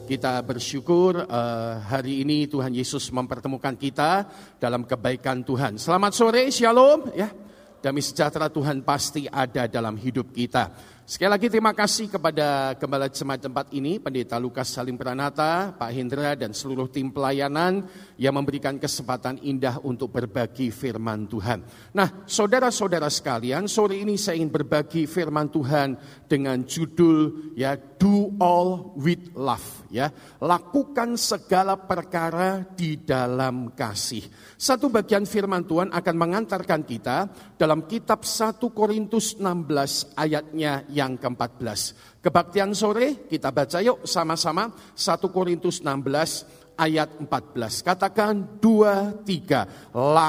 Kita bersyukur hari ini Tuhan Yesus mempertemukan kita dalam kebaikan Tuhan. Selamat sore, shalom ya. Damai sejahtera Tuhan pasti ada dalam hidup kita. Sekali lagi terima kasih kepada Gembala Jemaat tempat ini, Pendeta Lukas Salim Pranata, Pak Hendra dan seluruh tim pelayanan yang memberikan kesempatan indah untuk berbagi firman Tuhan. Nah, saudara-saudara sekalian, sore ini saya ingin berbagi firman Tuhan dengan judul ya Do All with Love ya. Lakukan segala perkara di dalam kasih. Satu bagian firman Tuhan akan mengantarkan kita dalam kitab 1 Korintus 16 ayatnya yang ke-14. Kebaktian sore kita baca yuk sama-sama 1 Korintus 16 ayat 14. Katakan 2, 3.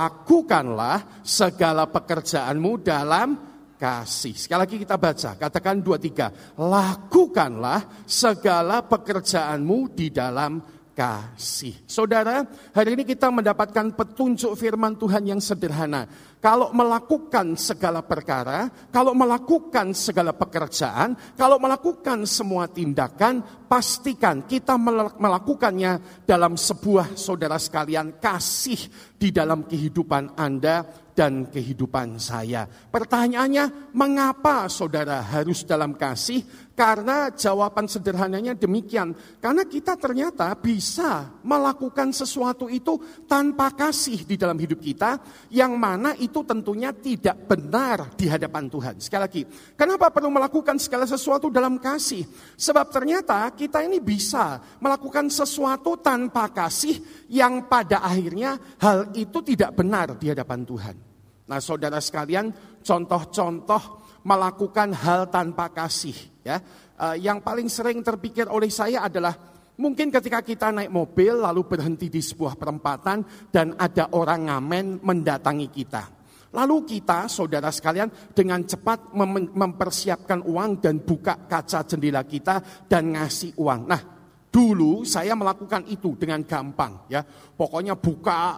Lakukanlah segala pekerjaanmu dalam kasih. Sekali lagi kita baca. Katakan 2, 3. Lakukanlah segala pekerjaanmu di dalam kasih. Saudara, hari ini kita mendapatkan petunjuk firman Tuhan yang sederhana. Kalau melakukan segala perkara, kalau melakukan segala pekerjaan, kalau melakukan semua tindakan, pastikan kita melakukannya dalam sebuah, saudara sekalian, kasih di dalam kehidupan Anda dan kehidupan saya. Pertanyaannya, mengapa saudara harus dalam kasih? Karena jawaban sederhananya demikian. Karena kita ternyata bisa melakukan sesuatu itu tanpa kasih di dalam hidup kita, yang mana itu tentunya tidak benar di hadapan Tuhan. Sekali lagi, kenapa perlu melakukan segala sesuatu dalam kasih? Sebab ternyata kita ini bisa melakukan sesuatu tanpa kasih yang pada akhirnya hal itu tidak benar di hadapan Tuhan. Nah, saudara sekalian, contoh-contoh melakukan hal tanpa kasih ya. Yang paling sering terpikir oleh saya adalah mungkin ketika kita naik mobil lalu berhenti di sebuah perempatan dan ada orang ngamen mendatangi kita. Lalu kita, saudara sekalian, dengan cepat mempersiapkan uang dan buka kaca jendela kita dan ngasih uang. Nah, dulu saya melakukan itu dengan gampang ya. Pokoknya buka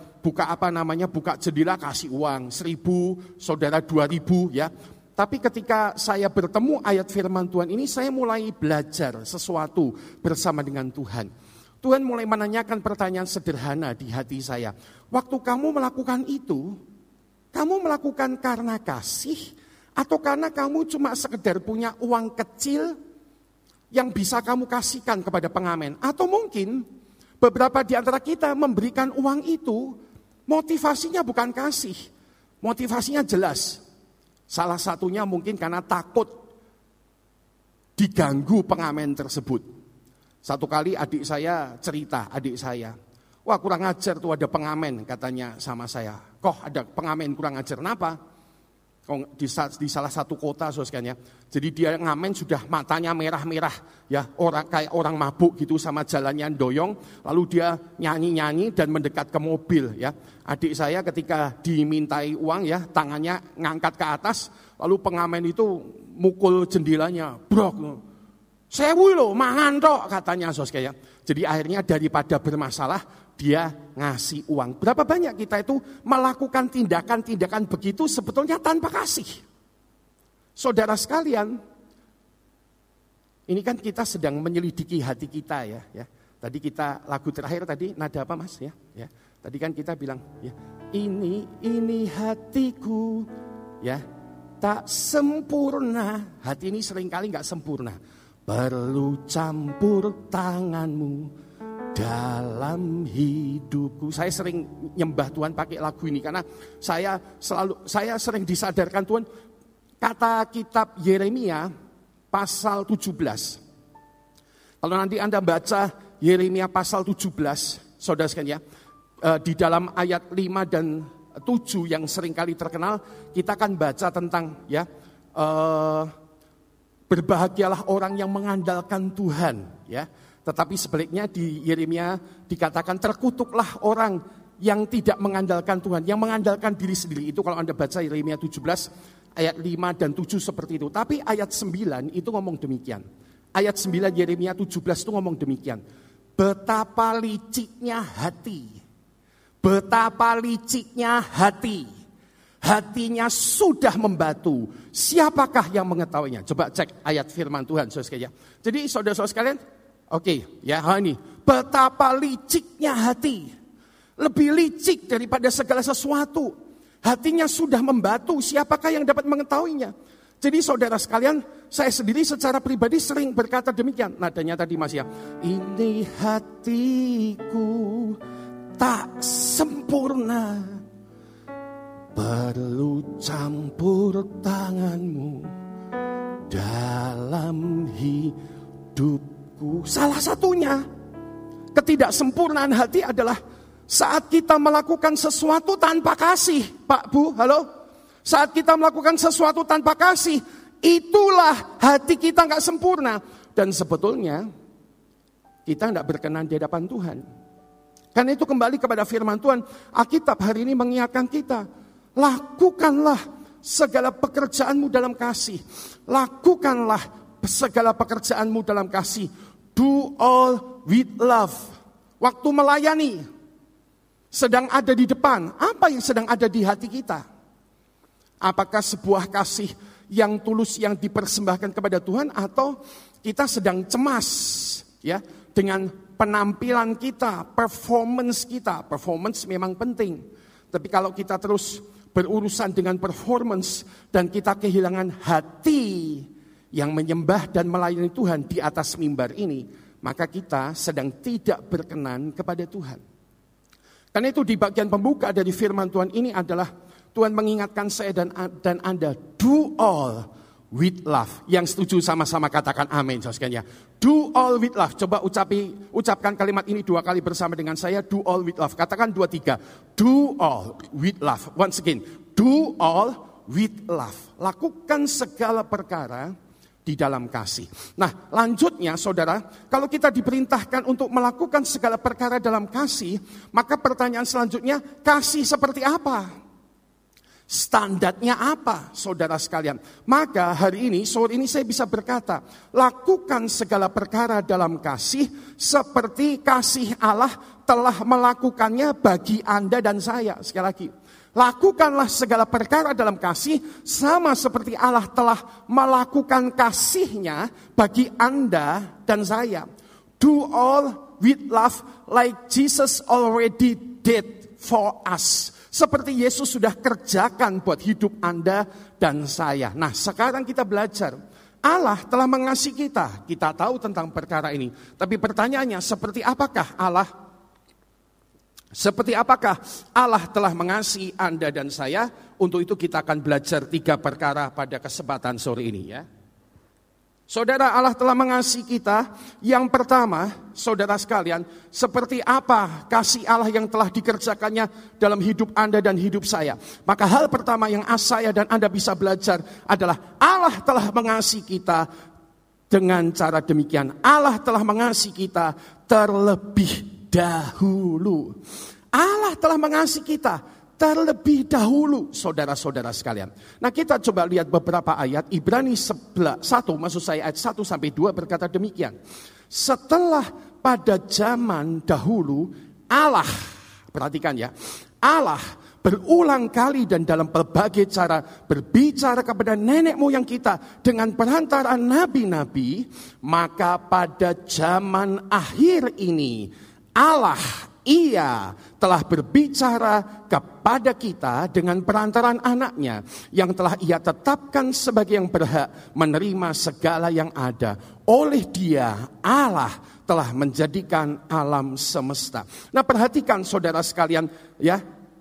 jendela kasih uang 1.000, saudara 2.000 ya. Tapi ketika saya bertemu ayat firman Tuhan ini, saya mulai belajar sesuatu bersama dengan Tuhan. Tuhan mulai menanyakan pertanyaan sederhana di hati saya. Waktu kamu melakukan itu, kamu melakukan karena kasih atau karena kamu cuma sekedar punya uang kecil yang bisa kamu kasihkan kepada pengamen? Atau mungkin beberapa di antara kita memberikan uang itu motivasinya bukan kasih, motivasinya jelas. Salah satunya mungkin karena takut diganggu pengamen tersebut. Satu kali adik saya cerita, wah kurang ajar tuh ada pengamen katanya sama saya. Kok ada pengamen kurang ajar, kenapa? Di salah satu kota soskannya. Jadi dia ngamen sudah matanya merah-merah ya, kayak orang mabuk gitu sama jalannya doyong, lalu dia nyanyi-nyanyi dan mendekat ke mobil ya. Adik saya ketika dimintai uang ya, tangannya ngangkat ke atas, lalu pengamen itu mukul jendelanya, brok. Sewu lho, mangan tok katanya soskaya. Jadi akhirnya daripada bermasalah, dia ngasih uang. Berapa banyak kita itu melakukan tindakan-tindakan begitu sebetulnya tanpa kasih. Saudara sekalian, ini kan kita sedang menyelidiki hati kita ya. Tadi kita lagu terakhir tadi nada apa mas ya? Tadi kan kita bilang ya, ini hatiku ya tak sempurna. Hati ini seringkali nggak sempurna. Perlu campur tanganmu dalam hidupku. Saya sering nyembah Tuhan pakai lagu ini karena saya sering disadarkan Tuhan. Kata kitab Yeremia pasal 17. Kalau nanti Anda baca Yeremia pasal 17, saudara sekalian ya, di dalam ayat 5 dan 7 yang seringkali terkenal, kita akan baca tentang ya berbahagialah orang yang mengandalkan Tuhan ya. Tetapi sebaliknya di Yeremia dikatakan terkutuklah orang yang tidak mengandalkan Tuhan, yang mengandalkan diri sendiri. Itu kalau Anda baca Yeremia 17 ayat 5 dan 7 seperti itu. Tapi ayat 9 itu ngomong demikian. Ayat 9 Yeremia 17 itu ngomong demikian. Betapa liciknya hati. Betapa liciknya hati. Hatinya sudah membatu. Siapakah yang mengetahuinya? Coba cek ayat firman Tuhan saudara sekalian. Jadi saudara-saudara sekalian, Oke, ya ini. Betapa liciknya hati. Lebih licik daripada segala sesuatu. Hatinya sudah membatu, siapakah yang dapat mengetahuinya? Jadi saudara sekalian, saya sendiri secara pribadi sering berkata demikian. Nadanya tadi Mas ya. Ini hatiku tak sempurna, perlu campur tanganmu dalam hidupku. Salah satunya, ketidaksempurnaan hati adalah saat kita melakukan sesuatu tanpa kasih. Pak, Bu, halo? Saat kita melakukan sesuatu tanpa kasih, itulah hati kita gak sempurna. Dan sebetulnya, kita gak berkenan di hadapan Tuhan. Karena itu kembali kepada firman Tuhan, Alkitab hari ini mengingatkan kita, lakukanlah segala pekerjaanmu dalam kasih. Lakukanlah segala pekerjaanmu dalam kasih. Do all with love. Waktu melayani, sedang ada di depan. Apa yang sedang ada di hati kita? Apakah sebuah kasih yang tulus yang dipersembahkan kepada Tuhan, atau kita sedang cemas ya dengan penampilan kita, performance kita. Performance memang penting. Tapi kalau kita terus berurusan dengan performance dan kita kehilangan hati yang menyembah dan melayani Tuhan di atas mimbar ini, maka kita sedang tidak berkenan kepada Tuhan. Karena itu di bagian pembuka dari firman Tuhan ini adalah Tuhan mengingatkan saya dan Anda, do all with love. Yang setuju sama-sama katakan amin. Ya. Do all with love. Coba ucapkan kalimat ini 2 kali bersama dengan saya. Do all with love. Katakan 2, 3. Do all with love. Once again. Do all with love. Lakukan segala perkara di dalam kasih. Nah, lanjutnya saudara, kalau kita diperintahkan untuk melakukan segala perkara dalam kasih, maka pertanyaan selanjutnya, kasih seperti apa? Standarnya apa, saudara sekalian? Maka hari ini, sore ini saya bisa berkata, lakukan segala perkara dalam kasih seperti kasih Allah telah melakukannya bagi Anda dan saya. Sekali lagi, lakukanlah segala perkara dalam kasih sama seperti Allah telah melakukan kasih-Nya bagi Anda dan saya. Do all with love like Jesus already did for us. Seperti Yesus sudah kerjakan buat hidup Anda dan saya. Nah, sekarang kita belajar. Allah telah mengasihi kita. Kita tahu tentang perkara ini. Tapi pertanyaannya, seperti apakah Allah telah mengasihi Anda dan saya? Untuk itu kita akan belajar 3 perkara pada kesempatan sore ini ya. Saudara, Allah telah mengasihi kita. Yang pertama, saudara sekalian, seperti apa kasih Allah yang telah dikerjakannya dalam hidup Anda dan hidup saya. Maka hal pertama yang saya dan Anda bisa belajar adalah Allah telah mengasihi kita dengan cara demikian. Allah telah mengasihi kita terlebih dahulu. Allah telah mengasihi kita terlebih dahulu, saudara-saudara sekalian. Nah, kita coba lihat beberapa ayat. Ibrani 1, maksud saya ayat 1 sampai 2 berkata demikian. Setelah pada zaman dahulu Allah, perhatikan ya, Allah berulang kali dan dalam berbagai cara berbicara kepada nenek moyang kita dengan perantaraan nabi-nabi, maka pada zaman akhir ini Allah telah berbicara kepada kita dengan perantaran anaknya yang telah Ia tetapkan sebagai yang berhak menerima segala yang ada. Oleh Dia, Allah telah menjadikan alam semesta. Nah, perhatikan saudara sekalian ya.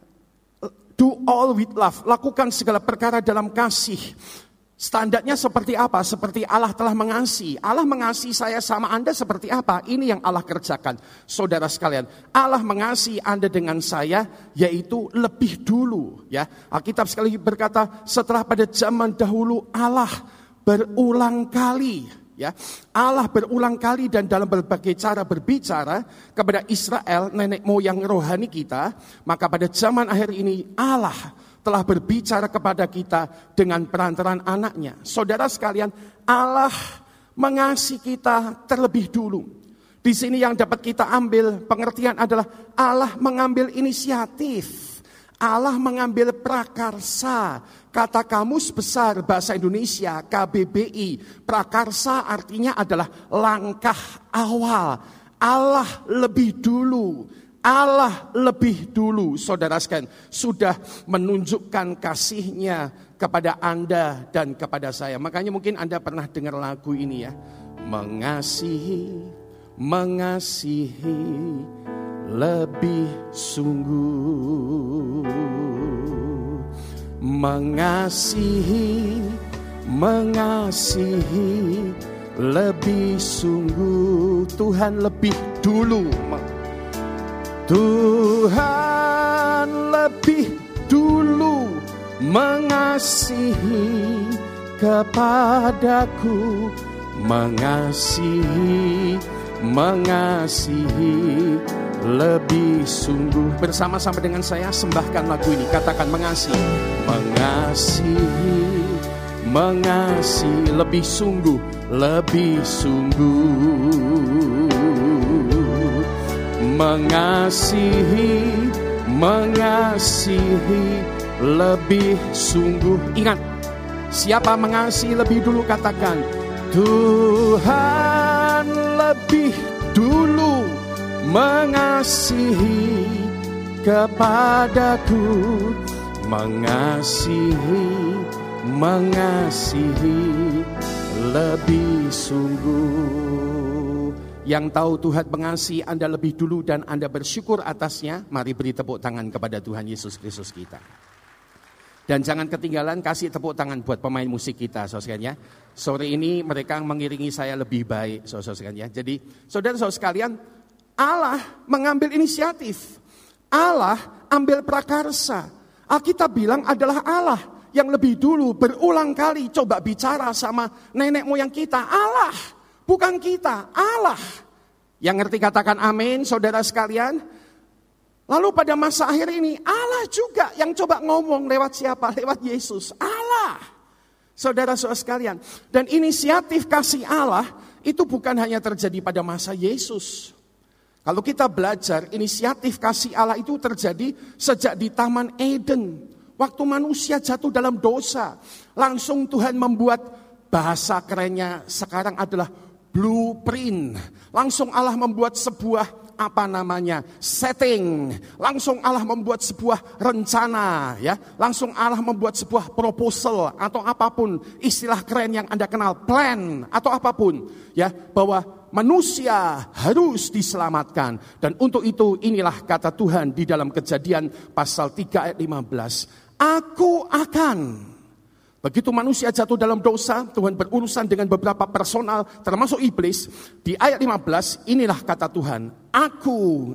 Do all with love. Lakukan segala perkara dalam kasih. Standarnya seperti apa? Seperti Allah telah mengasihi. Allah mengasihi saya sama Anda seperti apa? Ini yang Allah kerjakan. Saudara sekalian, Allah mengasihi Anda dengan saya, yaitu lebih dulu. Ya, Alkitab sekali lagi berkata, setelah pada zaman dahulu Allah berulang kali. Ya, Allah berulang kali dan dalam berbagai cara berbicara kepada Israel, nenek moyang rohani kita. Maka pada zaman akhir ini Allah telah berbicara kepada kita dengan perantaran anaknya. Saudara sekalian, Allah mengasihi kita terlebih dulu. Di sini yang dapat kita ambil pengertian adalah Allah mengambil inisiatif. Allah mengambil prakarsa. Kata Kamus Besar Bahasa Indonesia KBBI, prakarsa artinya adalah langkah awal. Allah lebih dulu. Allah lebih dulu, saudara sekalian, sudah menunjukkan kasih-Nya kepada Anda dan kepada saya. Makanya mungkin Anda pernah dengar lagu ini ya. Mengasihi, mengasihi lebih sungguh. Mengasihi, mengasihi lebih sungguh. Tuhan lebih dulu. Tuhan lebih dulu mengasihi kepadaku. Mengasihi, mengasihi lebih sungguh. Bersama-sama dengan saya sembahkan lagu ini. Katakan mengasihi. Mengasihi, mengasihi lebih sungguh. Lebih sungguh. Mengasihi, mengasihi lebih sungguh. Ingat, siapa mengasihi lebih dulu? Katakan, Tuhan lebih dulu mengasihi kepadaku. Mengasihi, mengasihi lebih sungguh. Yang tahu Tuhan mengasihi Anda lebih dulu dan Anda bersyukur atasnya, mari beri tepuk tangan kepada Tuhan Yesus Kristus kita. Dan jangan ketinggalan kasih tepuk tangan buat pemain musik kita, saudara. Sore ini mereka mengiringi saya lebih baik, saudara. Jadi saudara-saudara sekalian, Allah mengambil inisiatif. Allah ambil prakarsa. Alkitab bilang adalah Allah yang lebih dulu berulang kali coba bicara sama nenek moyang kita. Allah. Bukan kita, Allah. Yang ngerti katakan amin, saudara sekalian. Lalu pada masa akhir ini, Allah juga yang coba ngomong lewat siapa? Lewat Yesus, Allah. Saudara-saudara sekalian. Dan inisiatif kasih Allah itu bukan hanya terjadi pada masa Yesus. Kalau kita belajar, inisiatif kasih Allah itu terjadi sejak di Taman Eden. Waktu manusia jatuh dalam dosa. Langsung Tuhan membuat, bahasa kerennya sekarang adalah blueprint. Langsung Allah membuat sebuah setting. Langsung Allah membuat sebuah rencana, ya. Langsung Allah membuat sebuah proposal atau apapun istilah keren yang Anda kenal, plan atau apapun, ya, bahwa manusia harus diselamatkan. Dan untuk itu inilah kata Tuhan di dalam Kejadian pasal 3 ayat 15. Aku akan. Begitu manusia jatuh dalam dosa, Tuhan berurusan dengan beberapa personal, termasuk iblis. Di ayat 15, inilah kata Tuhan. Aku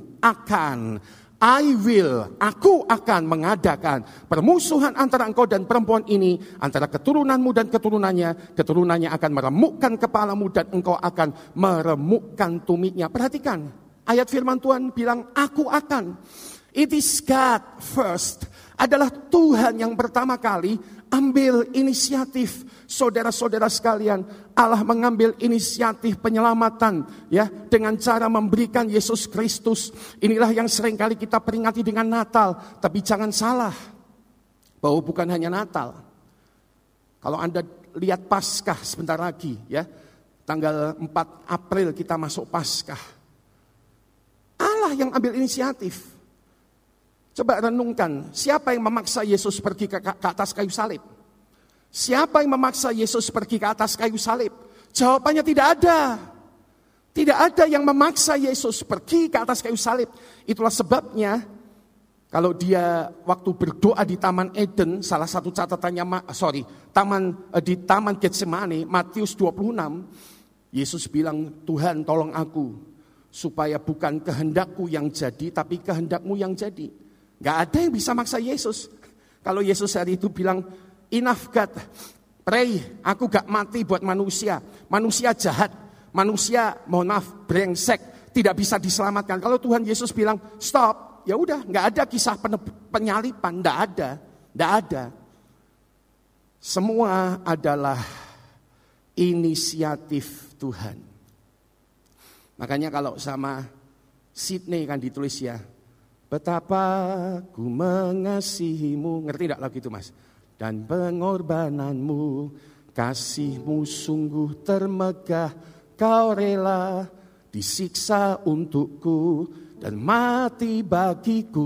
akan mengadakan permusuhan antara engkau dan perempuan ini, antara keturunanmu dan keturunannya. Keturunannya akan meremukkan kepalamu dan engkau akan meremukkan tumitnya. Perhatikan, ayat firman Tuhan bilang, aku akan. It is God first. Adalah Tuhan yang pertama kali ambil inisiatif. Saudara-saudara sekalian, Allah mengambil inisiatif penyelamatan, ya, dengan cara memberikan Yesus Kristus. Inilah yang seringkali kita peringati dengan Natal, tapi jangan salah bahwa bukan hanya Natal. Kalau Anda lihat Paskah sebentar lagi, ya, tanggal 4 April kita masuk Paskah. Allah yang ambil inisiatif. Coba renungkan, siapa yang memaksa Yesus pergi ke atas kayu salib? Siapa yang memaksa Yesus pergi ke atas kayu salib? Jawabannya tidak ada. Tidak ada yang memaksa Yesus pergi ke atas kayu salib. Itulah sebabnya kalau dia waktu berdoa di Taman Eden, salah satu catatannya, di Taman Getsemani, Matius 26, Yesus bilang, Tuhan tolong aku, supaya bukan kehendakku yang jadi, tapi kehendakmu yang jadi. Gak ada yang bisa maksa Yesus. Kalau Yesus hari itu bilang, enough God, pray, aku gak mati buat manusia. Manusia jahat, manusia mohon maaf, brengsek, tidak bisa diselamatkan. Kalau Tuhan Yesus bilang, stop, ya udah, gak ada kisah penyalipan, gak ada. Semua adalah inisiatif Tuhan. Makanya kalau sama Sydney kan ditulis ya, betapa ku mengasihimu. Ngerti tidak lagu itu, Mas? Dan pengorbananmu, kasihmu sungguh termegah. Kau rela disiksa untukku dan mati bagiku.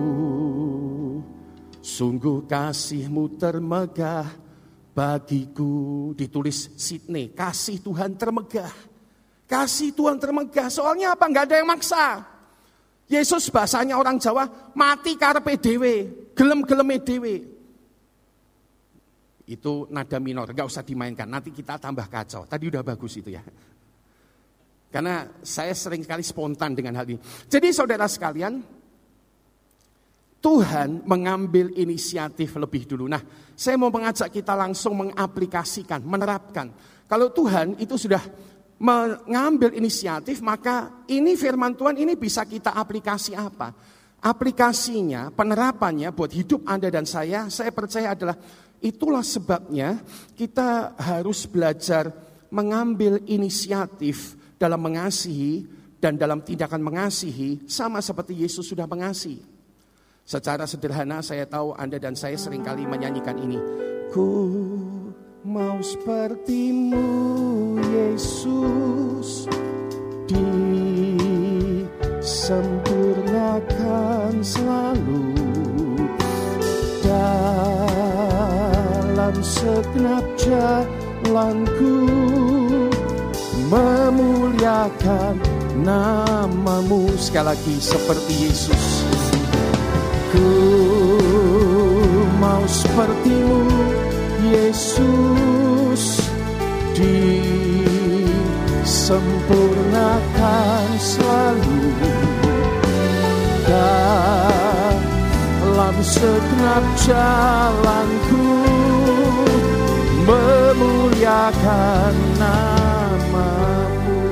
Sungguh kasihmu termegah bagiku. Ditulis Sydney, kasih Tuhan termegah. Kasih Tuhan termegah. Soalnya apa? Enggak ada yang maksa. Yesus bahasanya orang Jawa, mati karepe dhewe, gelem-geleme dhewe. Itu nada minor, enggak usah dimainkan. Nanti kita tambah kacau. Tadi udah bagus itu ya. Karena saya sering sekali spontan dengan hal ini. Jadi saudara sekalian, Tuhan mengambil inisiatif lebih dulu. Nah, saya mau mengajak kita langsung mengaplikasikan, menerapkan. Kalau Tuhan itu sudah mengambil inisiatif, maka ini firman Tuhan ini bisa kita aplikasi apa? Aplikasinya, penerapannya buat hidup Anda dan saya percaya adalah itulah sebabnya kita harus belajar mengambil inisiatif dalam mengasihi dan dalam tindakan mengasihi sama seperti Yesus sudah mengasihi. Secara sederhana saya tahu Anda dan saya seringkali menyanyikan ini. Ku mau sepertimu Yesus, disempurnakan selalu dalam segenap jalanku, memuliakan namamu. Sekali lagi, seperti Yesus. Ku mau sepertimu Yesus, disempurnakan selalu dalam segenap jalanku, memuliakan namamu.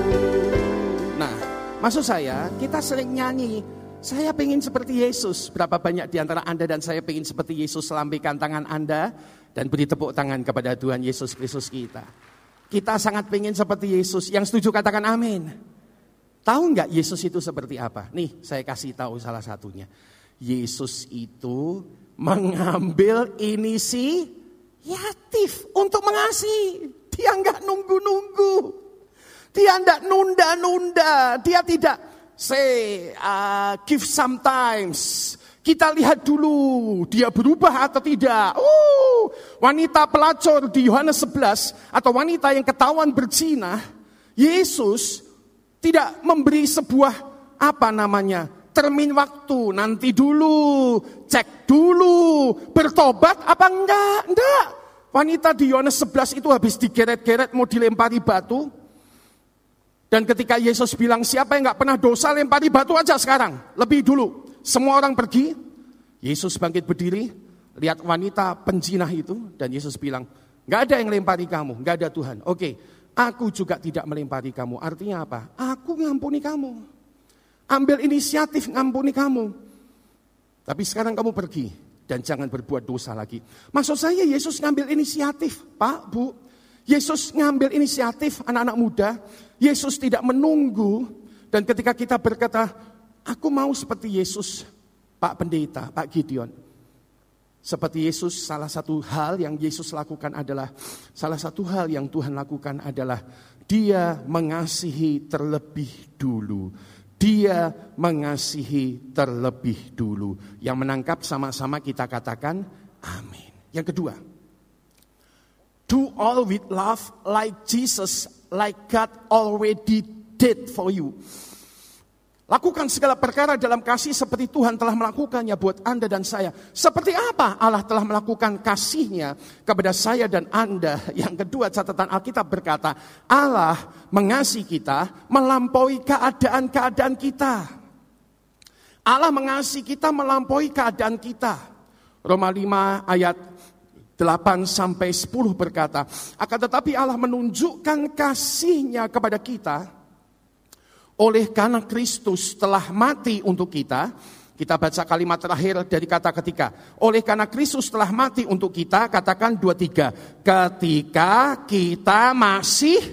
Nah, maksud saya kita sering nyanyi, saya pengen seperti Yesus. Berapa banyak di antara Anda dan saya pengen seperti Yesus? Lambaikan tangan Anda dan beri tepuk tangan kepada Tuhan Yesus Kristus kita. Kita sangat pengen seperti Yesus. Yang setuju katakan amin. Tahu nggak Yesus itu seperti apa? Nih, saya kasih tahu salah satunya. Yesus itu mengambil inisiatif untuk mengasihi. Dia nggak nunggu-nunggu. Dia nggak nunda-nunda. Dia tidak give sometimes. Kita lihat dulu dia berubah atau tidak. Wanita pelacur di Yohanes 11 atau wanita yang ketahuan berzina, Yesus tidak memberi sebuah termin waktu, nanti dulu, cek dulu, bertobat apa enggak. Wanita di Yohanes 11 itu habis digeret-geret mau dilempari batu. Dan ketika Yesus bilang, siapa yang gak pernah dosa lempari batu aja sekarang. Lebih dulu. Semua orang pergi. Yesus bangkit berdiri. Lihat wanita penzinah itu. Dan Yesus bilang, gak ada yang lempari kamu. Gak ada Tuhan. Oke, aku juga tidak melempari kamu. Artinya apa? Aku ngampuni kamu. Ambil inisiatif ngampuni kamu. Tapi sekarang kamu pergi. Dan jangan berbuat dosa lagi. Maksud saya Yesus ngambil inisiatif. Pak, Bu. Yesus ngambil inisiatif anak-anak muda. Yesus tidak menunggu. Dan ketika kita berkata, aku mau seperti Yesus, Pak Pendeta, Pak Gideon. Seperti Yesus, salah satu hal yang Yesus lakukan adalah, salah satu hal yang Tuhan lakukan adalah, dia mengasihi terlebih dulu. Dia mengasihi terlebih dulu. Yang menangkap sama-sama kita katakan, amin. Yang kedua, do all with love like Jesus, like God already did for you. Lakukan segala perkara dalam kasih seperti Tuhan telah melakukannya buat Anda dan saya. Seperti apa Allah telah melakukan kasih-Nya kepada saya dan Anda? Yang kedua, catatan Alkitab berkata, Allah mengasihi kita melampaui keadaan-keadaan kita. Allah mengasihi kita melampaui keadaan kita. Roma 5 ayat 8-10 berkata, akan tetapi Allah menunjukkan kasih-Nya kepada kita oleh karena Kristus telah mati untuk kita. Kita baca kalimat terakhir dari kata ketika. Oleh karena Kristus telah mati untuk kita, katakan 2-3. Ketika kita masih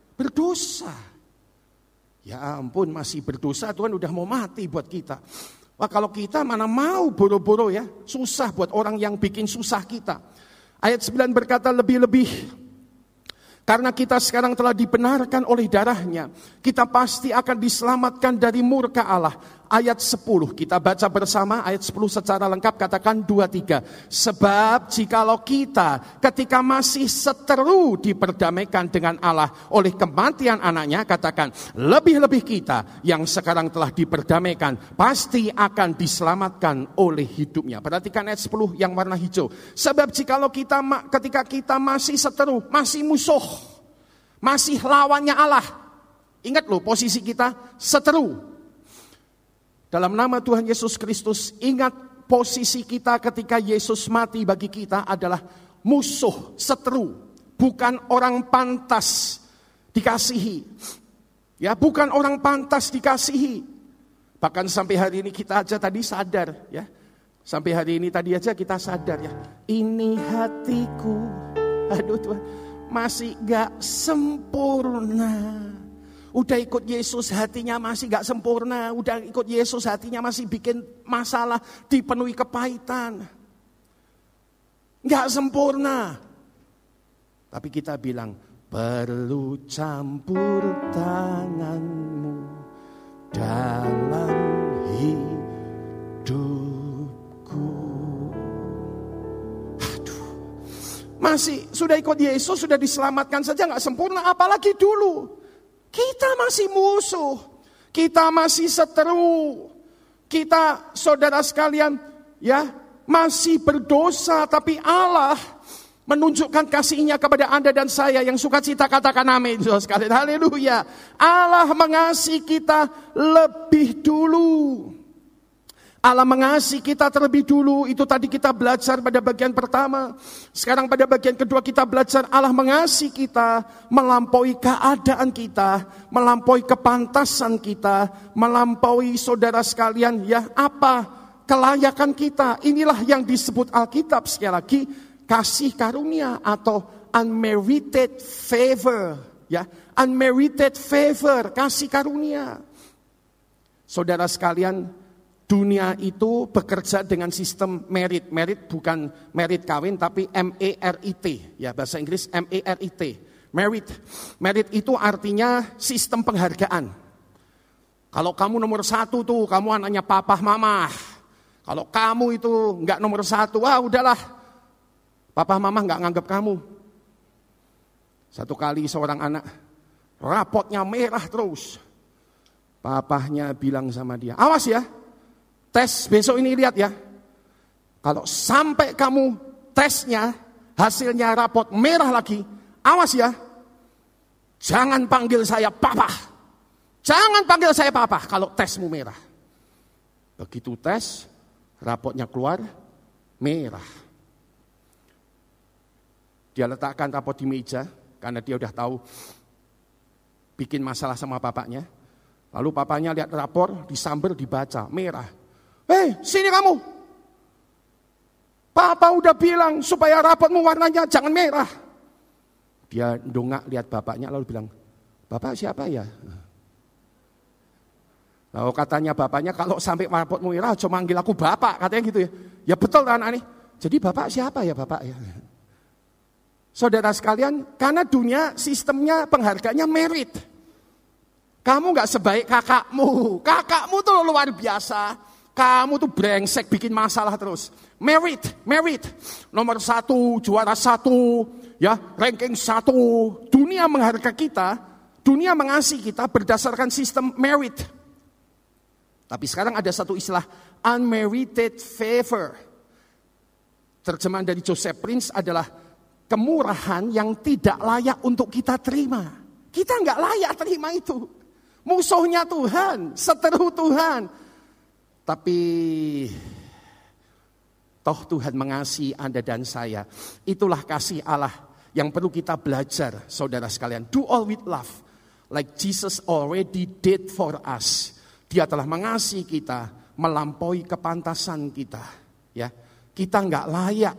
berdosa. Ya ampun, masih berdosa, Tuhan udah mau mati buat kita. Wah, kalau kita mana mau boro-boro ya, susah buat orang yang bikin susah kita. Ayat 9 berkata lebih-lebih. Karena kita sekarang telah dibenarkan oleh darahnya, kita pasti akan diselamatkan dari murka Allah. Ayat 10, kita baca bersama ayat 10 secara lengkap, katakan 2-3. Sebab jikalau kita ketika masih seteru diperdamaikan dengan Allah oleh kematian anaknya, katakan lebih-lebih kita yang sekarang telah diperdamaikan pasti akan diselamatkan oleh hidupnya. Perhatikan ayat 10 yang warna hijau. Sebab jikalau kita ketika kita masih seteru, masih musuh, masih lawannya Allah. Ingat loh, posisi kita seteru. Dalam nama Tuhan Yesus Kristus, ingat posisi kita ketika Yesus mati bagi kita adalah musuh, seteru. Bukan orang pantas dikasihi. Ya, bukan orang pantas dikasihi. Bahkan sampai hari ini kita aja tadi sadar, ya. Sampai hari ini tadi aja kita sadar, ya. Ini hatiku, aduh Tuhan, masih gak sempurna. Udah ikut Yesus hatinya masih gak sempurna. Udah ikut Yesus hatinya masih bikin masalah, dipenuhi kepahitan. Gak sempurna. Tapi kita bilang, perlu campur tanganmu dalam hidupku. Aduh, masih sudah ikut Yesus, sudah diselamatkan saja gak sempurna, apalagi dulu. Kita masih musuh, kita masih seteru, kita saudara sekalian ya masih berdosa, tapi Allah menunjukkan kasih-Nya kepada Anda dan saya yang sukacita, katakan amin saudara sekalian, haleluya. Allah mengasihi kita lebih dulu. Allah mengasihi kita terlebih dulu, itu tadi kita belajar pada bagian pertama. Sekarang pada bagian kedua kita belajar Allah mengasihi kita, melampaui keadaan kita, melampaui kepantasan kita, melampaui saudara sekalian ya apa kelayakan kita. Inilah yang disebut Alkitab sekali lagi, kasih karunia atau unmerited favor. Ya, unmerited favor, kasih karunia. Saudara sekalian, dunia itu bekerja dengan sistem merit. Merit bukan merit kawin, tapi MERIT. Ya, bahasa Inggris MERIT. Merit. Merit itu artinya sistem penghargaan. Kalau kamu nomor 1 tuh, kamu anaknya papa mama. Kalau kamu itu enggak nomor 1, wah udahlah. Papa mama enggak nganggap kamu. Satu kali seorang anak, rapotnya merah terus. Papahnya bilang sama dia, awas ya. Tes besok ini lihat ya, kalau sampai kamu tesnya, hasilnya rapot merah lagi, awas ya, jangan panggil saya papa. Jangan panggil saya papa kalau tesmu merah. Begitu tes, rapotnya keluar, merah. Dia letakkan rapot di meja, karena dia udah tahu bikin masalah sama papanya. Lalu papanya lihat rapor, disamber, dibaca, merah. Hei, sini kamu. Papa udah bilang supaya rapotmu warnanya jangan merah. Dia dongak lihat bapaknya lalu bilang, Bapak siapa ya? Lalu katanya bapaknya, kalau sampai rapotmu merah cuma manggil aku bapak, katanya gitu ya. Ya betul kan anak ini. Jadi bapak siapa ya bapak ya? Saudara sekalian, karena dunia sistemnya penghargaannya merit. Kamu gak sebaik kakakmu. Kakakmu tuh luar biasa. Kamu tuh brengsek, bikin masalah terus. Merit. Nomor 1, juara 1, ya, ranking 1. Dunia menghargai kita, dunia mengasihi kita berdasarkan sistem merit. Tapi sekarang ada satu istilah, unmerited favor. Terjemahan dari Joseph Prince adalah kemurahan yang tidak layak untuk kita terima. Kita nggak layak terima itu. Musuhnya Tuhan, seteru Tuhan. Tapi toh Tuhan mengasihi Anda dan saya. Itulah kasih Allah yang perlu kita belajar, saudara sekalian. Do all with love, like Jesus already did for us. Dia telah mengasihi kita, melampaui kepantasan kita. Ya, kita nggak layak.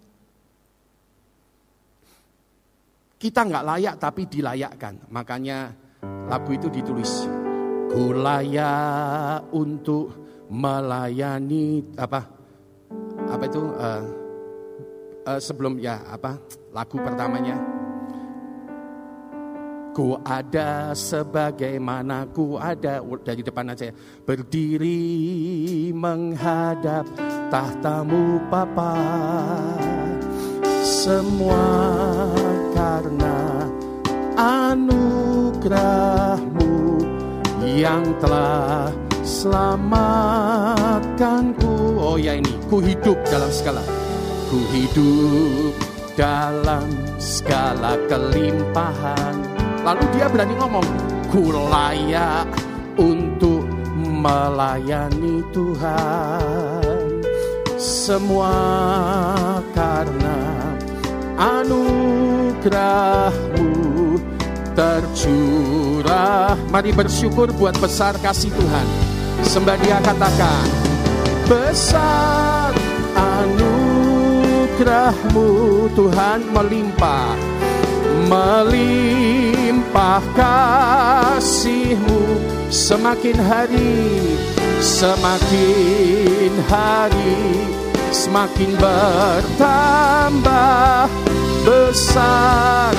Kita nggak layak tapi dilayakkan. Makanya lagu itu ditulis. Ku layak untuk melayani apa itu sebelum lagu pertamanya. Ku ada sebagaimana ku ada, dari depan aja ya. Berdiri menghadap tahtamu Bapa, semua karena anugerahmu yang telah selamatkanku. Oh ya, ini ku hidup dalam segala, ku hidup dalam segala kelimpahan. Lalu dia berani ngomong, ku layak untuk melayani Tuhan. Semua karena anugerahmu tercurah. Mari bersyukur buat besar kasih Tuhan. Sembah Dia, katakan, besar anugerahmu Tuhan, melimpah kasih-Mu. Semakin hari semakin bertambah besar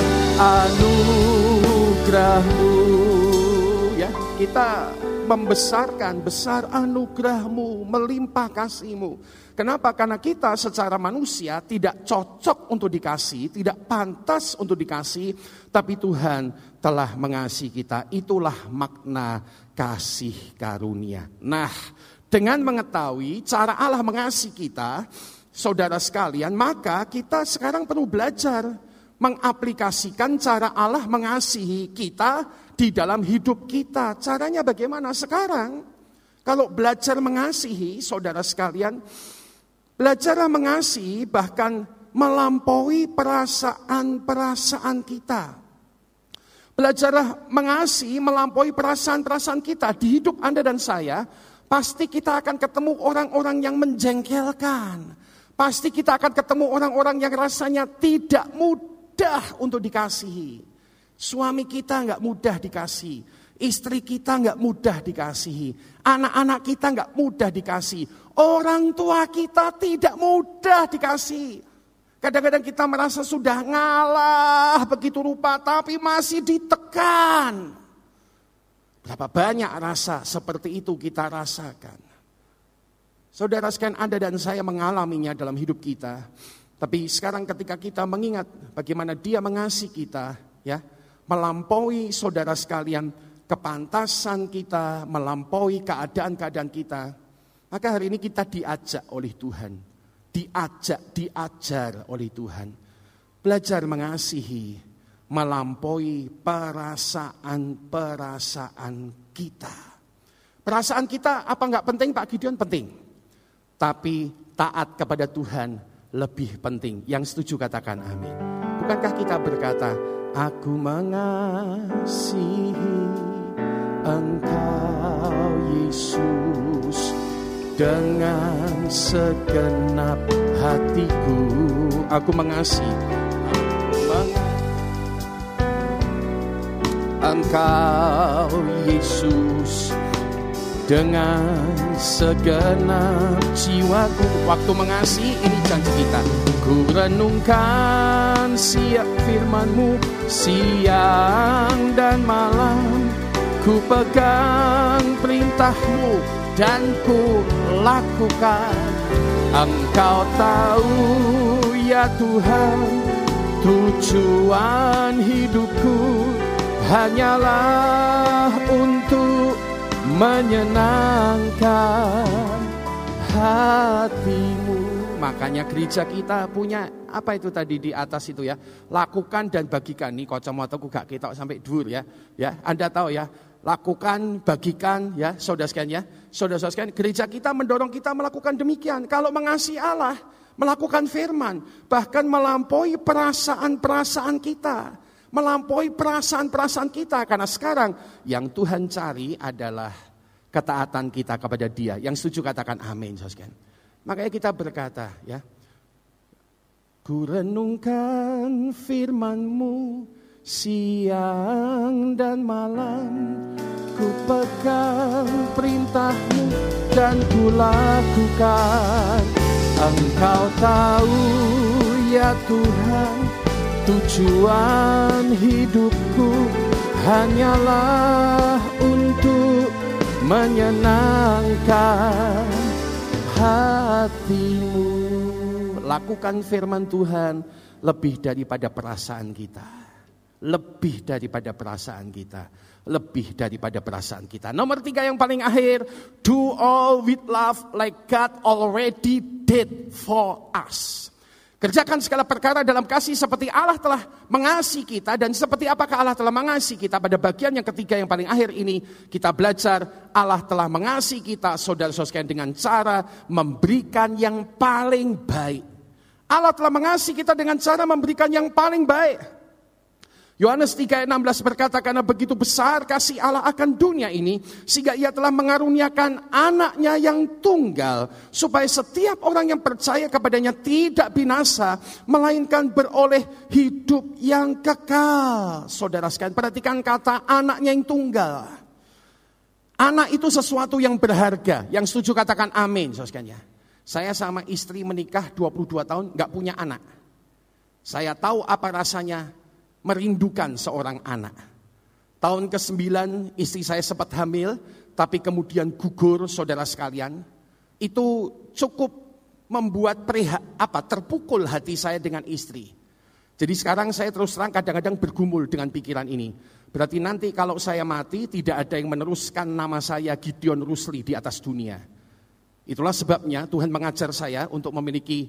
anugerahmu. Ya, kita membesarkan besar anugerahmu, melimpah kasih-Mu. Kenapa? Karena kita secara manusia tidak cocok untuk dikasih, tidak pantas untuk dikasih, tapi Tuhan telah mengasihi kita. Itulah makna kasih karunia. Nah, dengan mengetahui cara Allah mengasihi kita, saudara sekalian, maka kita sekarang perlu belajar mengaplikasikan cara Allah mengasihi kita di dalam hidup kita. Caranya bagaimana sekarang? Kalau belajar mengasihi, saudara sekalian, belajarlah mengasihi bahkan melampaui perasaan-perasaan kita. Belajarlah mengasihi melampaui perasaan-perasaan kita. Di hidup Anda dan saya, pasti kita akan ketemu orang-orang yang menjengkelkan. Pasti kita akan ketemu orang-orang yang rasanya tidak mudah untuk dikasihi. Suami kita nggak mudah dikasihi. Istri kita nggak mudah dikasihi. Anak-anak kita nggak mudah dikasihi. Orang tua kita tidak mudah dikasihi. Kadang-kadang kita merasa sudah ngalah begitu rupa, tapi masih ditekan. Berapa banyak rasa seperti itu kita rasakan. Saudara sekalian, Anda dan saya mengalaminya dalam hidup kita. Tapi sekarang ketika kita mengingat bagaimana Dia mengasihi kita, ya, melampaui saudara sekalian kepantasan kita, melampaui keadaan-keadaan kita, maka hari ini kita diajak oleh Tuhan, diajar oleh Tuhan, belajar mengasihi, melampaui perasaan-perasaan kita. Perasaan kita apa enggak penting, Pak Gideon? Penting. Tapi taat kepada Tuhan lebih penting. Yang setuju katakan amin. Bukankah kita berkata, aku mengasihi Engkau Yesus dengan segenap hatiku. Aku mengasihi Engkau Yesus dengan segenap jiwaku. Waktu mengasihi, ini janji kita. Ku renungkan siap firman-Mu siang dan malam. Ku pegang perintah-Mu dan ku lakukan. Engkau tahu ya Tuhan, tujuan hidupku hanyalah untuk menyenangkan hati-Mu. Makanya gereja kita punya apa itu tadi di atas itu ya, lakukan dan bagikan. Nih kacamataku gak ketok sampai dhuwur ya. Ya, Anda tahu ya, lakukan, bagikan ya, saudara sekalian ya. Saudara sekalian, gereja kita mendorong kita melakukan demikian. Kalau mengasihi Allah, melakukan firman, bahkan melampaui perasaan-perasaan kita. Melampaui perasaan-perasaan kita. Karena sekarang yang Tuhan cari adalah ketaatan kita kepada Dia. Yang setuju katakan amin. Makanya kita berkata ya, ku renungkan firman-Mu siang dan malam. Ku ku pegang perintah-Mu dan ku lakukan. Engkau tahu ya Tuhan, tujuan hidupku hanyalah untuk menyenangkan hati-Mu. Lakukan firman Tuhan lebih daripada perasaan kita. Lebih daripada perasaan kita. Lebih daripada perasaan kita. Nomor 3 yang paling akhir. Do all with love like God already did for us. Kerjakan segala perkara dalam kasih seperti Allah telah mengasihi kita. Dan seperti apakah Allah telah mengasihi kita. Pada bagian yang ketiga yang paling akhir ini kita belajar Allah telah mengasihi kita, saudara-saudara sekalian, dengan cara memberikan yang paling baik. Allah telah mengasihi kita dengan cara memberikan yang paling baik. Yohanes 3:16 berkata, karena begitu besar kasih Allah akan dunia ini, sehingga Ia telah mengaruniakan anaknya yang tunggal, supaya setiap orang yang percaya kepadanya tidak binasa, melainkan beroleh hidup yang kekal. Saudara sekalian, perhatikan kata anaknya yang tunggal. Anak itu sesuatu yang berharga. Yang setuju katakan amin, saudara sekalian. Saya sama istri menikah 22 tahun, gak punya anak. Saya tahu apa rasanya merindukan seorang anak. Tahun ke-9 istri saya sempat hamil, tapi kemudian gugur, saudara sekalian. Itu cukup membuat terpukul hati saya dengan istri. Jadi sekarang saya terus terang kadang-kadang bergumul dengan pikiran ini. Berarti nanti kalau saya mati tidak ada yang meneruskan nama saya Gideon Rusli di atas dunia. Itulah sebabnya Tuhan mengajar saya untuk memiliki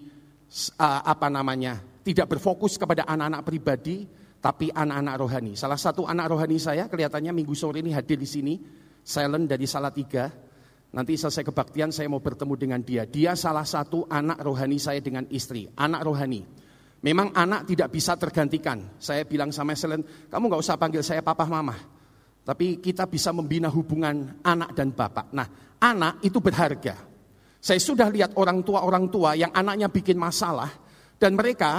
tidak berfokus kepada anak-anak pribadi, tapi anak-anak rohani. Salah satu anak rohani saya kelihatannya minggu sore ini hadir di sini, Silent dari Salatiga. Nanti selesai kebaktian saya mau bertemu dengan dia. Dia salah satu anak rohani saya dengan istri, anak rohani. Memang anak tidak bisa tergantikan. Saya bilang sama Silent, kamu gak usah panggil saya papa mama. Tapi kita bisa membina hubungan anak dan bapak. Nah, anak itu berharga. Saya sudah lihat orang tua yang anaknya bikin masalah dan mereka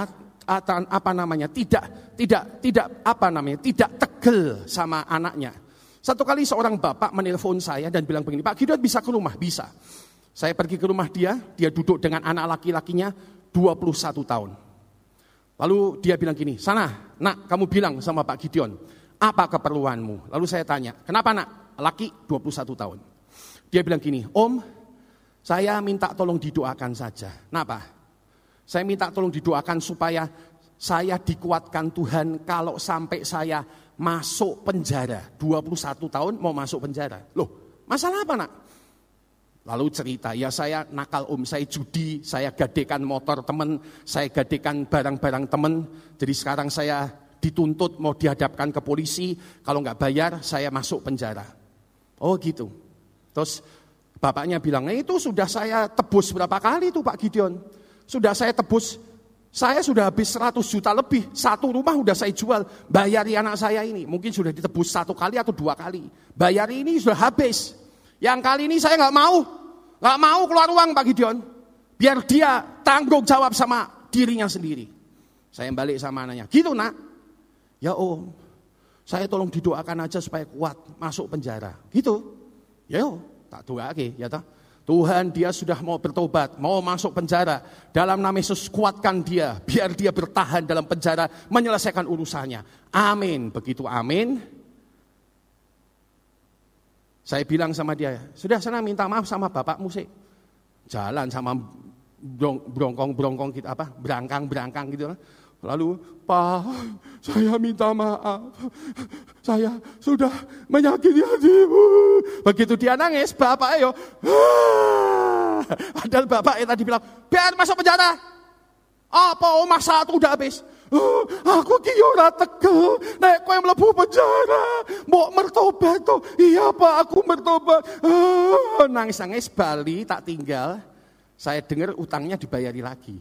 tidak tegel sama anaknya. Satu kali seorang bapak menelpon saya dan bilang begini, Pak Gideon bisa ke rumah? Bisa. Saya pergi ke rumah dia duduk dengan anak laki-lakinya 21 tahun. Lalu dia bilang gini, sana nak kamu bilang sama Pak Gideon, apa keperluanmu? Lalu saya tanya, kenapa nak? Laki 21 tahun. Dia bilang gini, Om, saya minta tolong didoakan saja. Kenapa? Saya minta tolong didoakan supaya saya dikuatkan Tuhan kalau sampai saya masuk penjara. 21 tahun mau masuk penjara. Loh, masalah apa nak? Lalu cerita, ya saya nakal Om, saya judi, saya gadekan motor teman, saya gadekan barang-barang teman. Jadi sekarang saya dituntut mau dihadapkan ke polisi, kalau nggak bayar saya masuk penjara. Oh gitu. Terus bapaknya bilang, itu sudah saya tebus berapa kali tuh Pak Gideon. Sudah saya tebus, saya sudah habis 100 juta lebih. Satu rumah sudah saya jual, bayari anak saya ini. Mungkin sudah ditebus 1 kali atau 2 kali. Bayari ini sudah habis. Yang kali ini saya gak mau keluar uang Pak Gideon. Biar dia tanggung jawab sama dirinya sendiri. Saya balik sama anaknya, gitu nak. Ya Om, saya tolong didoakan aja supaya kuat masuk penjara. Gitu, ya tak doa lagi, ya tak. Tuhan dia sudah mau bertobat, mau masuk penjara. Dalam nama Yesus kuatkan dia, biar dia bertahan dalam penjara, menyelesaikan urusannya. Amin, begitu amin. Saya bilang sama dia, sudah sana minta maaf sama bapakmu sih. Jalan sama brongkong gitu, berangkang gitu. Lalu, Pak, saya minta maaf. Saya sudah menyakiti hatimu. Begitu dia nangis, bapaknya padahal bapaknya tadi bilang, biar masuk penjara. Apa masa 1 udah habis? Aku ki ora tegel, nek kowe mlebu penjara, mbok mertobat to. Iya Pak, aku mertobat. Nangis-nangis bali tak tinggal. Saya dengar utangnya dibayari lagi.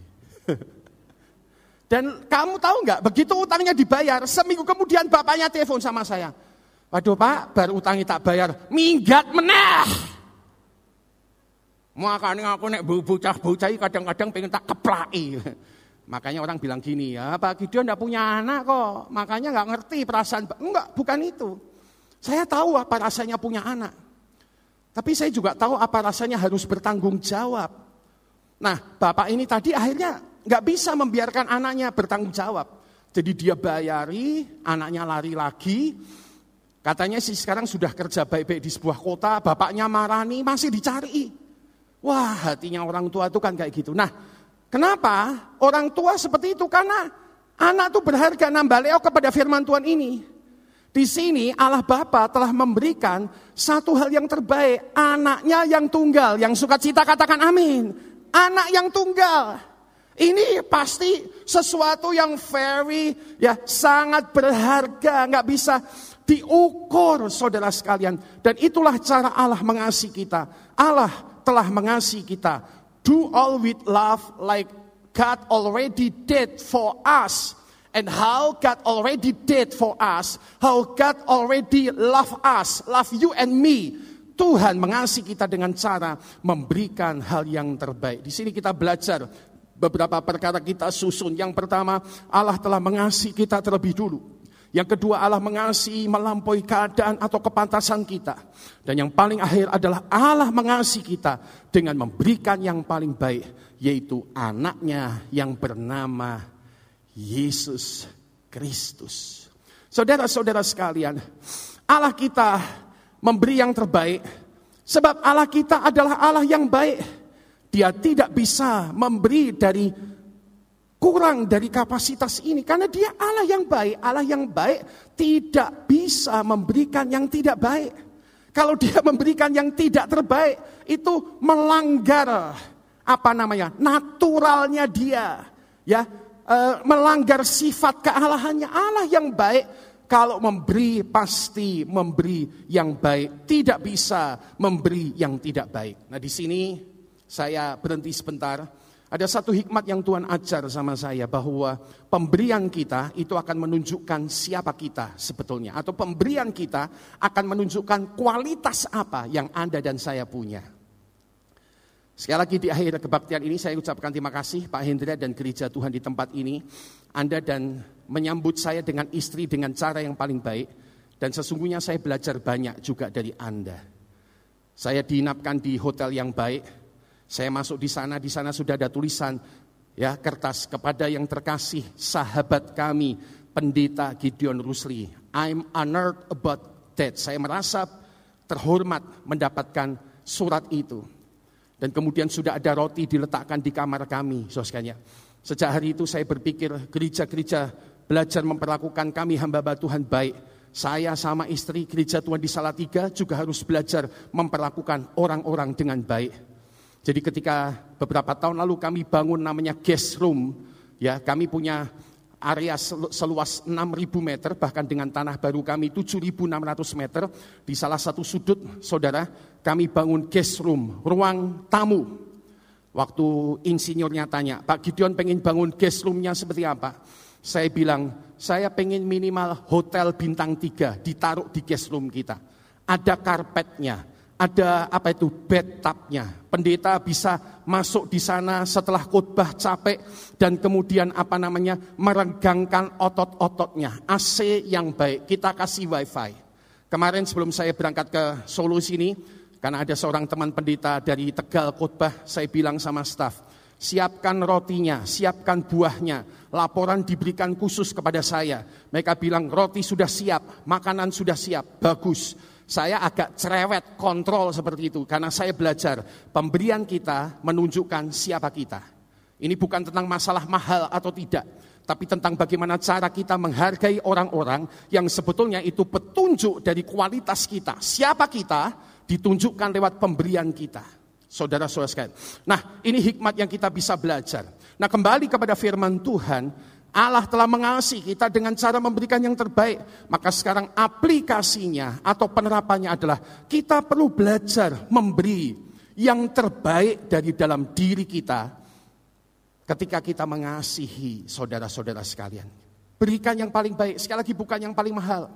Dan kamu tahu nggak, begitu utangnya dibayar, seminggu kemudian bapaknya telepon sama saya. Waduh Pak, baru utangnya tak bayar, minggat meneh. Makanya aku nek bocah-bocah kadang-kadang pengen tak keplaki. Makanya orang bilang gini, ya Pak Gideon enggak punya anak kok, makanya enggak ngerti perasaan. Enggak, bukan itu. Saya tahu apa rasanya punya anak. Tapi saya juga tahu apa rasanya harus bertanggung jawab. Nah, bapak ini tadi akhirnya nggak bisa membiarkan anaknya bertanggung jawab. Jadi dia bayari, anaknya lari lagi. Katanya sih sekarang sudah kerja baik-baik di sebuah kota, bapaknya marah nih, masih dicari. Wah, hatinya orang tua itu kan kayak gitu. Nah, kenapa orang tua seperti itu? Karena anak itu berharga, nambaleo kepada firman Tuhan ini. Di sini Allah Bapa telah memberikan satu hal yang terbaik, anaknya yang tunggal, yang sukacita katakan amin. Anak yang tunggal. Ini pasti sesuatu yang sangat berharga, nggak bisa diukur saudara sekalian. Dan itulah cara Allah mengasihi kita. Allah telah mengasihi kita. Do all with love like God already did for us. And how God already did for us, how God already love us, love you and me. Tuhan mengasihi kita dengan cara memberikan hal yang terbaik. Di sini kita belajar beberapa perkara kita susun. Yang pertama, Allah telah mengasihi kita terlebih dulu. Yang kedua, Allah mengasihi melampaui keadaan atau kepantasan kita. Dan yang paling akhir adalah Allah mengasihi kita dengan memberikan yang paling baik, yaitu anaknya yang bernama Yesus Kristus. Saudara-saudara sekalian, Allah kita memberi yang terbaik, sebab Allah kita adalah Allah yang baik. Dia tidak bisa memberi dari kurang dari kapasitas ini, karena dia Allah yang baik. Allah yang baik tidak bisa memberikan yang tidak baik. Kalau dia memberikan yang tidak terbaik, itu melanggar naturalnya dia, melanggar sifat kealahannya. Allah yang baik kalau memberi pasti memberi yang baik, tidak bisa memberi yang tidak baik. Nah, di sini saya berhenti sebentar. Ada satu hikmat yang Tuhan ajar sama saya, bahwa pemberian kita itu akan menunjukkan siapa kita sebetulnya, atau pemberian kita akan menunjukkan kualitas apa yang Anda dan saya punya. Sekali lagi di akhir kebaktian ini saya ucapkan terima kasih Pak Hendra dan gereja Tuhan di tempat ini. Anda dan menyambut saya dengan istri dengan cara yang paling baik. Dan sesungguhnya saya belajar banyak juga dari Anda. Saya diinapkan di hotel yang baik. Saya masuk di sana sudah ada tulisan kertas, kepada yang terkasih sahabat kami Pendeta Gideon Rusli. I'm honored about that. Saya merasa terhormat mendapatkan surat itu. Dan kemudian sudah ada roti diletakkan di kamar kami, saudara. Sejak hari itu saya berpikir gereja-gereja belajar memperlakukan kami hamba Tuhan baik. Saya sama istri gereja Tuhan di Salatiga juga harus belajar memperlakukan orang-orang dengan baik. Jadi ketika beberapa tahun lalu kami bangun namanya guest room, kami punya area seluas 6.000 meter, bahkan dengan tanah baru kami 7.600 meter. Di salah satu sudut, saudara, kami bangun guest room, ruang tamu. Waktu insinyurnya tanya, Pak Gideon pengen bangun guest roomnya seperti apa? Saya bilang, saya pengen minimal hotel bintang 3 ditaruh di guest room kita. Ada karpetnya, ada bathtubnya. Pendeta bisa masuk di sana setelah khotbah capek dan kemudian meregangkan otot-ototnya. AC yang baik, kita kasih wifi. Kemarin sebelum saya berangkat ke Solo sini, karena ada seorang teman pendeta dari Tegal khotbah, saya bilang sama staf, siapkan rotinya, siapkan buahnya. Laporan diberikan khusus kepada saya. Mereka bilang roti sudah siap, makanan sudah siap, bagus. Saya agak cerewet kontrol seperti itu, karena saya belajar pemberian kita menunjukkan siapa kita. Ini bukan tentang masalah mahal atau tidak, tapi tentang bagaimana cara kita menghargai orang-orang yang sebetulnya itu petunjuk dari kualitas kita. Siapa kita ditunjukkan lewat pemberian kita. Saudara-saudara sekalian. Nah, ini hikmat yang kita bisa belajar. Nah, kembali kepada firman Tuhan, Allah telah mengasihi kita dengan cara memberikan yang terbaik. Maka sekarang aplikasinya atau penerapannya adalah kita perlu belajar memberi yang terbaik dari dalam diri kita ketika kita mengasihi saudara-saudara sekalian. Berikan yang paling baik, sekali lagi bukan yang paling mahal.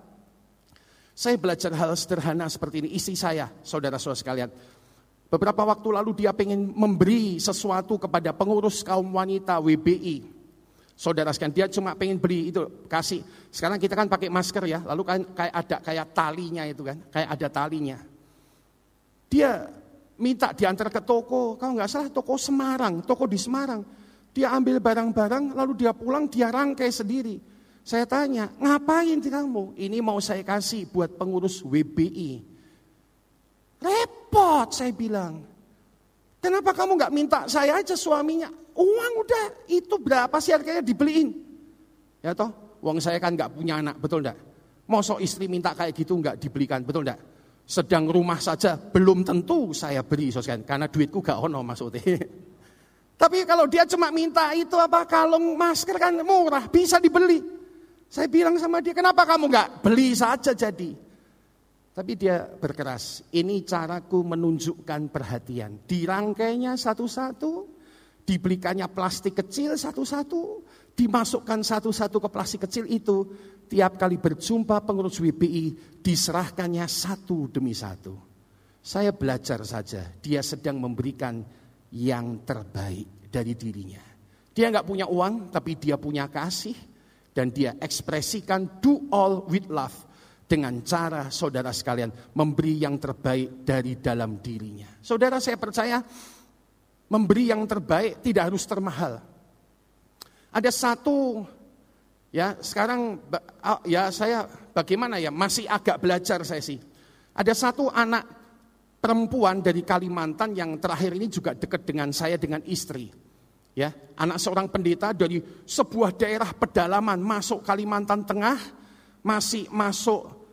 Saya belajar hal sederhana seperti ini, istri saya, saudara-saudara sekalian. Beberapa waktu lalu dia pengen memberi sesuatu kepada pengurus kaum wanita WBI. Saudara sekalian, dia cuma pengen beli itu, kasih. Sekarang kita kan pakai masker ya, lalu kan kayak talinya itu kan, kayak ada talinya. Dia minta diantar ke toko, kalau nggak salah toko Semarang, toko di Semarang. Dia ambil barang-barang, lalu dia pulang, dia rangkai sendiri. Saya tanya, ngapain kamu? Ini mau saya kasih buat pengurus WBI. Repot, saya bilang. Kenapa kamu nggak minta saya aja suaminya? Uang udah, itu berapa sih harganya dibeliin? Ya toh, uang saya kan nggak punya anak, betul enggak? Mosok istri minta kayak gitu nggak dibelikan, betul enggak? Sedang rumah saja belum tentu saya beri, karena duitku gak ono maksudnya. Tapi kalau dia cuma minta itu apa kalung masker kan murah, bisa dibeli. Saya bilang sama dia, kenapa kamu nggak beli saja jadi? Tapi dia berkeras, ini caraku menunjukkan perhatian. Dirangkainya satu-satu, dibelikannya plastik kecil satu-satu, dimasukkan satu-satu ke plastik kecil itu. Tiap kali berjumpa pengurus WBI, diserahkannya satu demi satu. Saya belajar saja, dia sedang memberikan yang terbaik dari dirinya. Dia nggak punya uang, tapi dia punya kasih. Dan dia ekspresikan do all with love. Dengan cara saudara sekalian memberi yang terbaik dari dalam dirinya. Saudara, saya percaya memberi yang terbaik tidak harus termahal. Ada satu, ya sekarang ya saya bagaimana ya masih agak belajar saya sih. Ada satu anak perempuan dari Kalimantan yang terakhir ini juga dekat dengan saya dengan istri. Ya, anak seorang pendeta dari sebuah daerah pedalaman masuk Kalimantan Tengah, masih masuk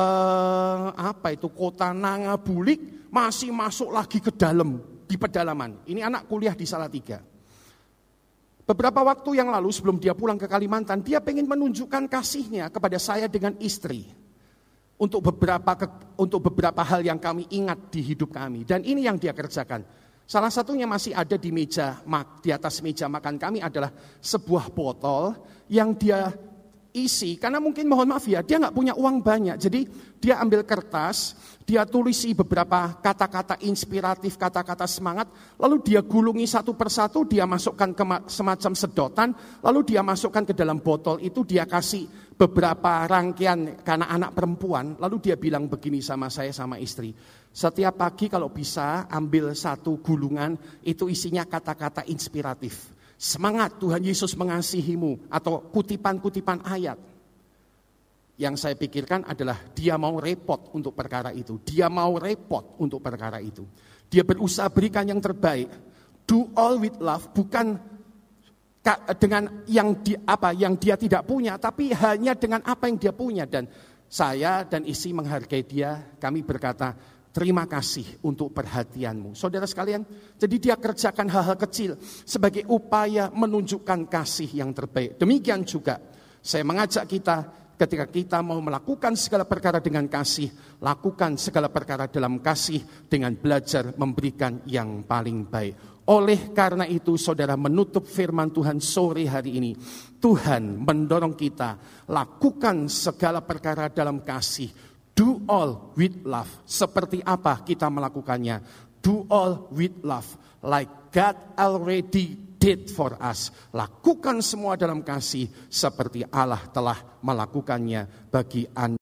kota Nangabulik, masih masuk lagi ke dalam di pedalaman. Ini anak kuliah di Salatiga. Beberapa waktu yang lalu sebelum dia pulang ke Kalimantan, dia pengen menunjukkan kasihnya kepada saya dengan istri untuk beberapa hal yang kami ingat di hidup kami. Dan ini yang dia kerjakan. Salah satunya masih ada di atas meja makan kami adalah sebuah botol yang dia isi, karena mungkin mohon maaf ya, dia nggak punya uang banyak. Jadi dia ambil kertas, dia tulisi beberapa kata-kata inspiratif, kata-kata semangat, lalu dia gulungi satu persatu, dia masukkan ke semacam sedotan, lalu dia masukkan ke dalam botol itu, dia kasih beberapa rangkaian karena anak perempuan, lalu dia bilang begini sama saya sama istri, setiap pagi kalau bisa ambil satu gulungan, itu isinya kata-kata inspiratif. Semangat, Tuhan Yesus mengasihimu, atau kutipan-kutipan ayat. Yang saya pikirkan adalah dia mau repot untuk perkara itu. Dia mau repot untuk perkara itu. Dia berusaha berikan yang terbaik. Do all with love, bukan dengan yang dia tidak punya, tapi hanya dengan apa yang dia punya. Dan saya dan istri menghargai dia. Kami berkata, terima kasih untuk perhatianmu. Saudara sekalian, jadi dia kerjakan hal-hal kecil sebagai upaya menunjukkan kasih yang terbaik. Demikian juga saya mengajak kita ketika kita mau melakukan segala perkara dengan kasih, lakukan segala perkara dalam kasih dengan belajar memberikan yang paling baik. Oleh karena itu saudara, menutup firman Tuhan sore hari ini, Tuhan mendorong kita lakukan segala perkara dalam kasih. Do all with love. Seperti apa kita melakukannya? Do all with love. Like God already did for us. Lakukan semua dalam kasih seperti Allah telah melakukannya bagi Anda.